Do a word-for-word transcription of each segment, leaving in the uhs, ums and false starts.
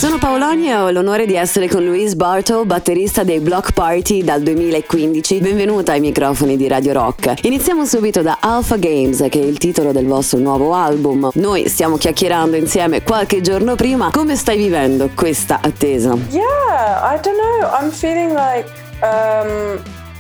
Sono Paoloni e ho l'onore di essere con Louise Bartow, batterista dei Block Party dal duemilaquindici. Benvenuta ai microfoni di Radio Rock. Iniziamo subito da Alpha Games, che è il titolo del vostro nuovo album. Noi stiamo chiacchierando insieme qualche giorno prima. Come stai vivendo questa attesa? Yeah, I don't know. I'm feeling like um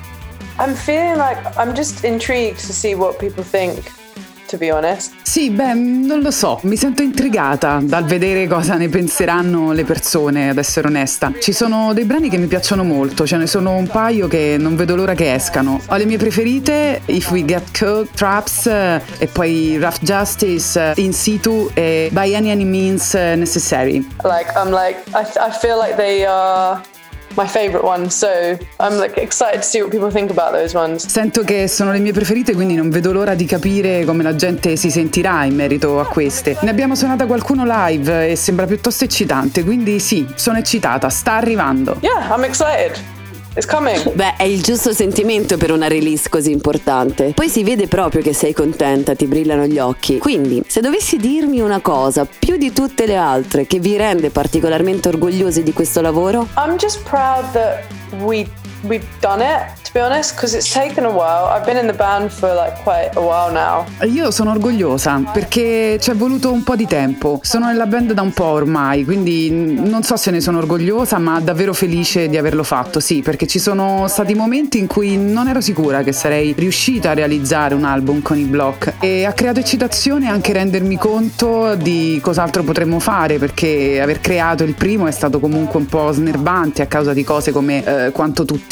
I'm feeling like I'm just intrigued to see what people think. To be honest. Sì, beh, non lo so, mi sento intrigata dal vedere cosa ne penseranno le persone, ad essere onesta. Ci sono dei brani che mi piacciono molto, ce ne sono un paio che non vedo l'ora che escano. Ho le mie preferite, If We Get Caught, Traps, e poi Rough Justice, In Situ e By Any Any Means Necessary. Like, I'm like, I, I feel like they are my favorite one, so I'm like excited to see what people think about those ones. Sento che sono le mie preferite, quindi non vedo l'ora di capire come la gente si sentirà in merito a queste. Ne abbiamo suonata qualcuno live e sembra piuttosto eccitante, quindi sì, sono eccitata, sta arrivando. Yeah, I'm excited. It's coming. Beh, è il giusto sentimento per una release così importante. Poi si vede proprio che sei contenta, ti brillano gli occhi. Quindi, se dovessi dirmi una cosa, più di tutte le altre, che vi rende particolarmente orgogliosi di questo lavoro? I'm just proud that we we've done it, to be honest, because it's taken a while. I've been in the band for like quite a while now. Io sono orgogliosa perché ci è voluto un po' di tempo. Sono nella band da un po' ormai, quindi non so se ne sono orgogliosa, ma davvero felice di averlo fatto, sì, perché ci sono stati momenti in cui non ero sicura che sarei riuscita a realizzare un album con i Block, e ha creato eccitazione anche rendermi conto di cos'altro potremmo fare, perché aver creato il primo è stato comunque un po' snervante a causa di cose come eh, quanto tutti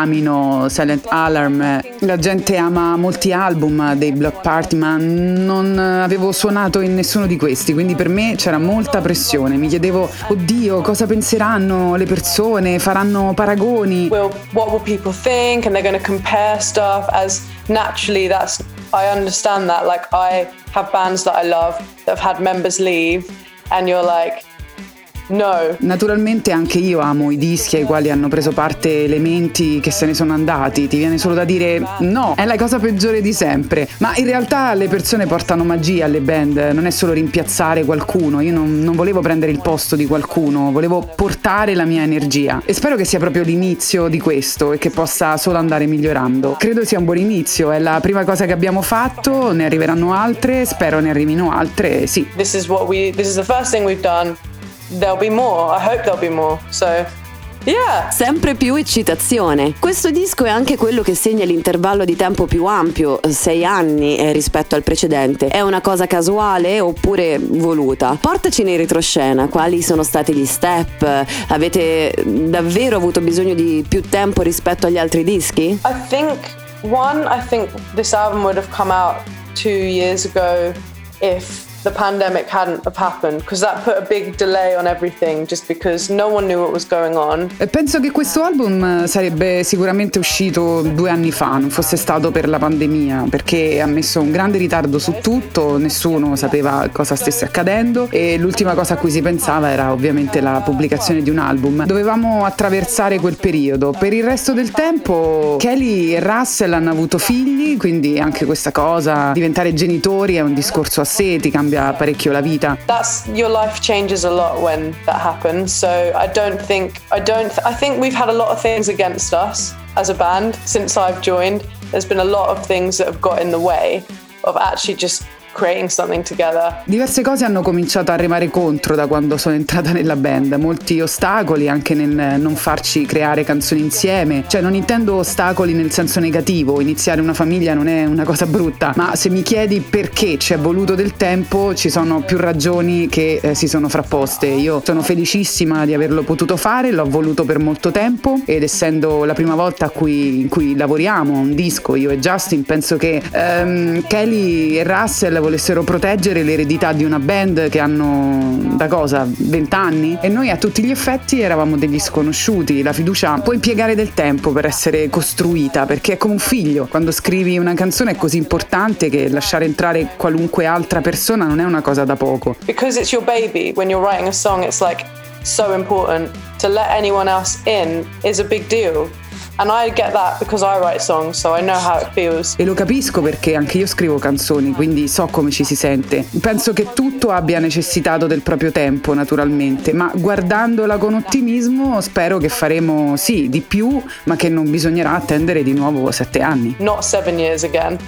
amino Silent Alarm. La gente ama molti album dei Block Party, ma non avevo suonato in nessuno di questi, quindi per me c'era molta pressione. Mi chiedevo, oddio, cosa penseranno le persone, faranno paragoni. Will, what will people think? And they're going to compare stuff. As naturally, that's, I understand that. Like, I have bands that I love that have had members leave, and you're like, no. Naturalmente anche io amo i dischi ai quali hanno preso parte elementi che se ne sono andati. Ti viene solo da dire no, è la cosa peggiore di sempre. Ma in realtà le persone portano magia alle band, non è solo rimpiazzare qualcuno. Io non, non volevo prendere il posto di qualcuno, volevo portare la mia energia, e spero che sia proprio l'inizio di questo e che possa solo andare migliorando. Credo sia un buon inizio, è la prima cosa che abbiamo fatto, ne arriveranno altre, spero ne arrivino altre, sì. This is what we this is the first thing we've done. There'll be more. I hope there'll be more. So, yeah. Sempre più eccitazione. Questo disco è anche quello che segna l'intervallo di tempo più ampio, sei anni eh, rispetto al precedente. È una cosa casuale oppure voluta? Portaci in retroscena, quali sono stati gli step? Avete davvero avuto bisogno di più tempo rispetto agli altri dischi? I think one, I think this album would have come out two years ago if the pandemic hadn't have happened, because that put a big delay on everything just because no one knew what was going on. Penso che questo album sarebbe sicuramente uscito due anni fa, non fosse stato per la pandemia, perché ha messo un grande ritardo su tutto, nessuno sapeva cosa stesse accadendo e l'ultima cosa a cui si pensava era ovviamente la pubblicazione di un album. Dovevamo attraversare quel periodo. Per il resto del tempo Kelly e Russell hanno avuto figli, quindi anche questa cosa, diventare genitori è un discorso a sé, ti cambia parecchio la vita. That's, your life changes a lot when that happens, so I don't think I don't I think we've had a lot of things against us as a band since I've joined. There's been a lot of things that have got in the way of actually just creating something together. Diverse cose hanno cominciato a remare contro da quando sono entrata nella band, molti ostacoli anche nel non farci creare canzoni insieme, cioè non intendo ostacoli nel senso negativo, iniziare una famiglia non è una cosa brutta, ma se mi chiedi perché ci è voluto del tempo, ci sono più ragioni che eh, si sono frapposte. Io sono felicissima di averlo potuto fare, l'ho voluto per molto tempo, ed essendo la prima volta a cui, in cui lavoriamo un disco, io e Justin, penso che ehm, Kelly e Russell volessero proteggere l'eredità di una band che hanno da cosa? venti anni? E noi a tutti gli effetti eravamo degli sconosciuti. La fiducia può impiegare del tempo per essere costruita, perché è come un figlio. Quando scrivi una canzone è così importante che lasciare entrare qualunque altra persona non è una cosa da poco. Because it's your baby, when you're writing a song, it's like so important. To let anyone else in is a big deal. And I get that because I write songs, so I know how it feels. E lo capisco perché anche io scrivo canzoni, quindi so come ci si sente. Penso che tutto abbia necessitato del proprio tempo, naturalmente, ma guardandola con ottimismo spero che faremo, sì, di più, ma che non bisognerà attendere di nuovo sette anni. Not seven years again.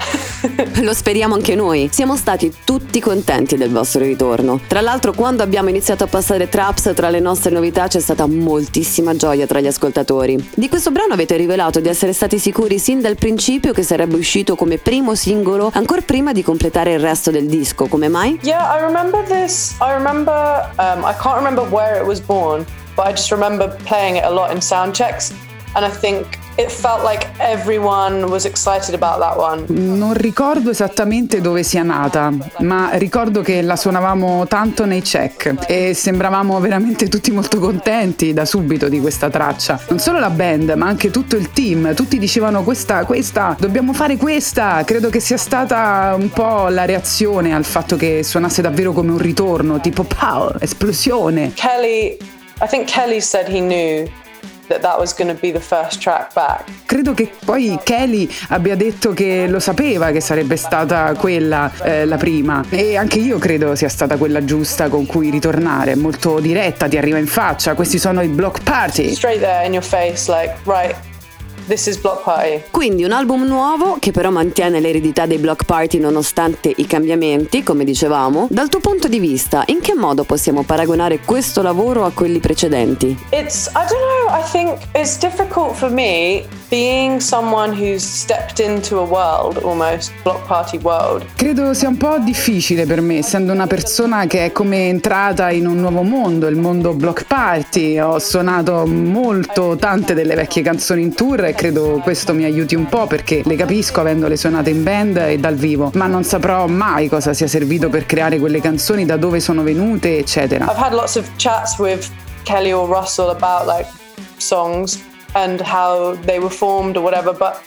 Lo speriamo anche noi. Siamo stati tutti contenti del vostro ritorno. Tra l'altro, quando abbiamo iniziato a passare Traps tra le nostre novità c'è stata moltissima gioia tra gli ascoltatori. Di questo brano avete rivelato di essere stati sicuri sin dal principio che sarebbe uscito come primo singolo ancora prima di completare il resto del disco. Come mai? Yeah, I remember this. I remember, um, I can't remember where it was born, but I just remember playing it a lot in sound checks, and I think it felt like everyone was excited about that one. Non ricordo esattamente dove sia nata, ma ricordo che la suonavamo tanto nei check e sembravamo veramente tutti molto contenti da subito di questa traccia. Non solo la band, ma anche tutto il team, tutti dicevano questa, questa, dobbiamo fare questa. Credo che sia stata un po' la reazione al fatto che suonasse davvero come un ritorno, tipo pow, esplosione. Kelly, I think Kelly said he knew that that was going to be the first track back. Credo che poi Kelly abbia detto che lo sapeva che sarebbe stata quella eh, la prima, e anche io credo sia stata quella giusta con cui ritornare, molto diretta, ti arriva in faccia, questi sono i Bloc Party. Straight there in your face, like, right, this is Bloc Party. Quindi un album nuovo che però mantiene l'eredità dei Bloc Party nonostante i cambiamenti, come dicevamo. Dal tuo punto di vista, in che modo possiamo paragonare questo lavoro a quelli precedenti? It's, I don't know, I think it's difficult for me being someone who's stepped into a world, almost, Bloc Party world. Credo sia un po' difficile per me, essendo una persona che è come entrata in un nuovo mondo, il mondo Bloc Party. Ho suonato molto tante delle vecchie canzoni in tour e credo questo mi aiuti un po' perché le capisco avendole suonate in band e dal vivo, ma non saprò mai cosa sia servito per creare quelle canzoni, da dove sono venute, eccetera. I've had lots of chats with Kelly or Russell about like songs and how they were formed or whatever, but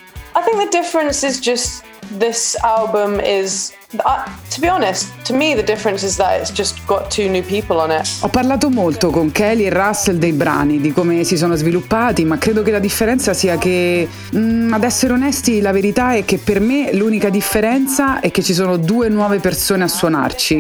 I think the difference is just this album is, uh, to be honest, to me the difference is that it's just got two new people on it. Ho parlato molto con Kelly e Russell dei brani, di come si sono sviluppati, ma credo che la differenza sia che, mm, ad essere onesti, la verità è che per me l'unica differenza è che ci sono due nuove persone a suonarci.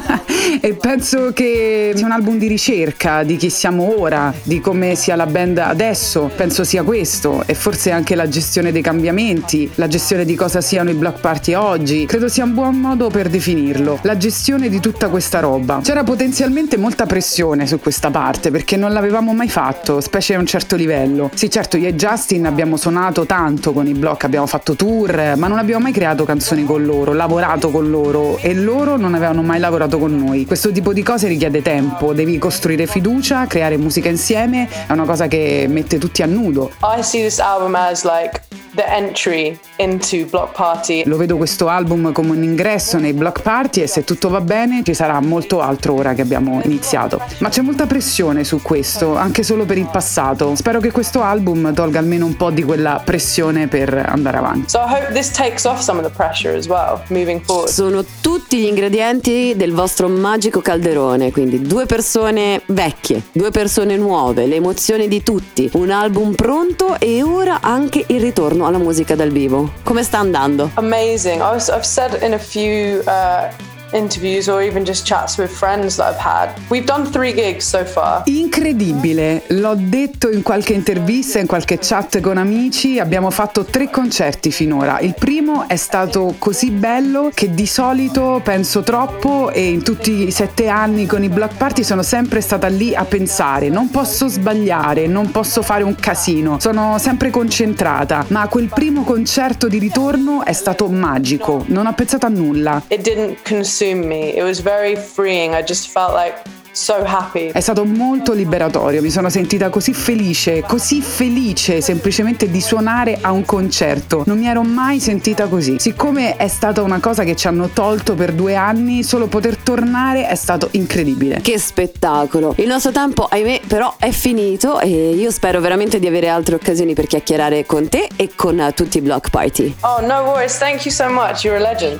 E penso che sia un album di ricerca di chi siamo ora, di come sia la band adesso. Penso sia questo, e forse anche la gestione dei cambiamenti, la gestione di cosa siano i Bloc Party oggi. Credo sia un buon modo per definirlo, la gestione di tutta questa roba. C'era potenzialmente molta pressione su questa parte perché non l'avevamo mai fatto, specie a un certo livello. Sì, certo, io e Justin abbiamo suonato tanto con i Bloc, abbiamo fatto tour, ma non abbiamo mai creato canzoni con loro, lavorato con loro, e loro non avevano mai lavorato con noi. Questo tipo di cose richiede tempo, devi costruire fiducia, creare musica insieme, è una cosa che mette tutti a nudo. I see this album as like the entry into Bloc Party. Lo vedo questo album come un ingresso nei Bloc Party, e se tutto va bene ci sarà molto altro ora che abbiamo iniziato. Ma c'è molta pressione su questo, anche solo per il passato. Spero che questo album tolga almeno un po' di quella pressione per andare avanti. So I hope this takes off some of the pressure as well, moving forward. Sono tutti gli ingredienti del vostro magico calderone, quindi due persone vecchie, due persone nuove, le emozioni di tutti, un album pronto e ora anche il ritorno alla musica dal vivo. Come sta andando? Amazing. I was, I've said in a few uh, interviews or even just chats with friends that I've had, we've done three gigs so far. Incredibile, l'ho detto in qualche intervista, in qualche chat con amici, abbiamo fatto tre concerti finora. Il primo è stato così bello che di solito penso troppo, e in tutti i sette anni con i Bloc Party sono sempre stata lì a pensare, non posso sbagliare, non posso fare un casino, sono sempre concentrata, ma quel primo concerto di ritorno è stato magico, non ho pensato a nulla. It didn't consume me. It was very freeing. I just felt like so happy. È stato molto liberatorio, mi sono sentita così felice, così felice semplicemente di suonare a un concerto. Non mi ero mai sentita così. Siccome è stata una cosa che ci hanno tolto per due anni, solo poter tornare è stato incredibile. Che spettacolo! Il nostro tempo, ahimè, però è finito, e io spero veramente di avere altre occasioni per chiacchierare con te e con tutti i Bloc Party. Oh, no worries. Thank you so much. You're a legend.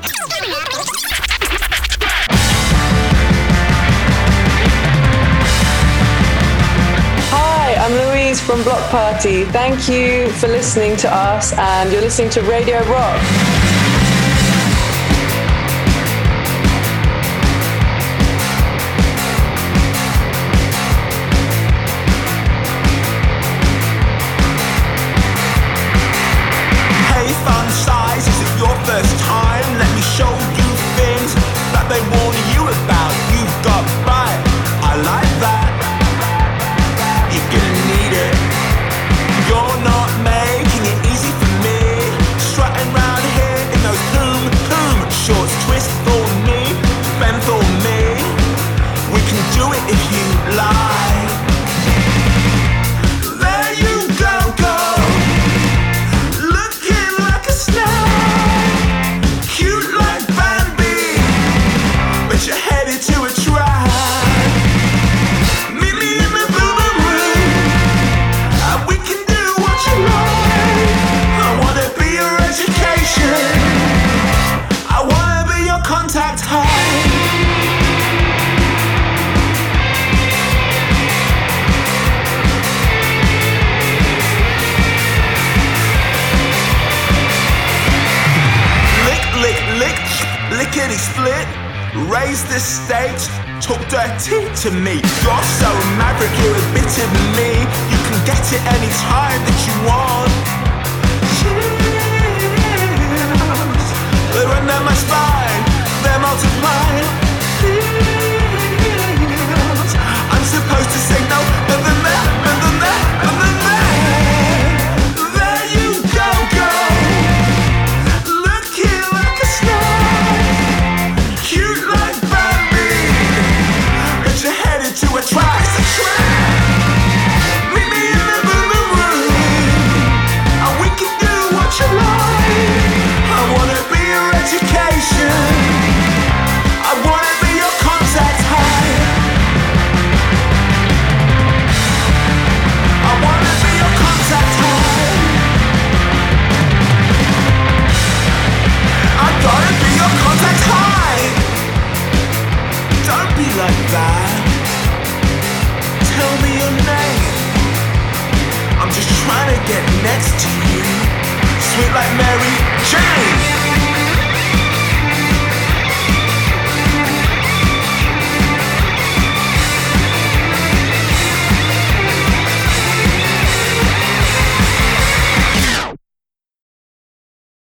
I'm Louise from Block Party. Thank you for listening to us, and you're listening to Radio Rock. First time, let me show you things that they warn you about. You've got bite, I like that. You're gonna need it. You're not making it easy for me. Strutting round here in those poom poom shorts. Twist for me, bend for me. We can do it if you like. There you go, go. Looking like a snack. You're headed to a trap. Meet me in the boom room, and we can do what you like. I wanna be your education. I wanna be your contact high. Lick, lick, lick, lickety split. Raise the stage, talk dirty to me. You're so maverick, you're a bit of me. You can get it any time that you want. Chills, they're under my spine.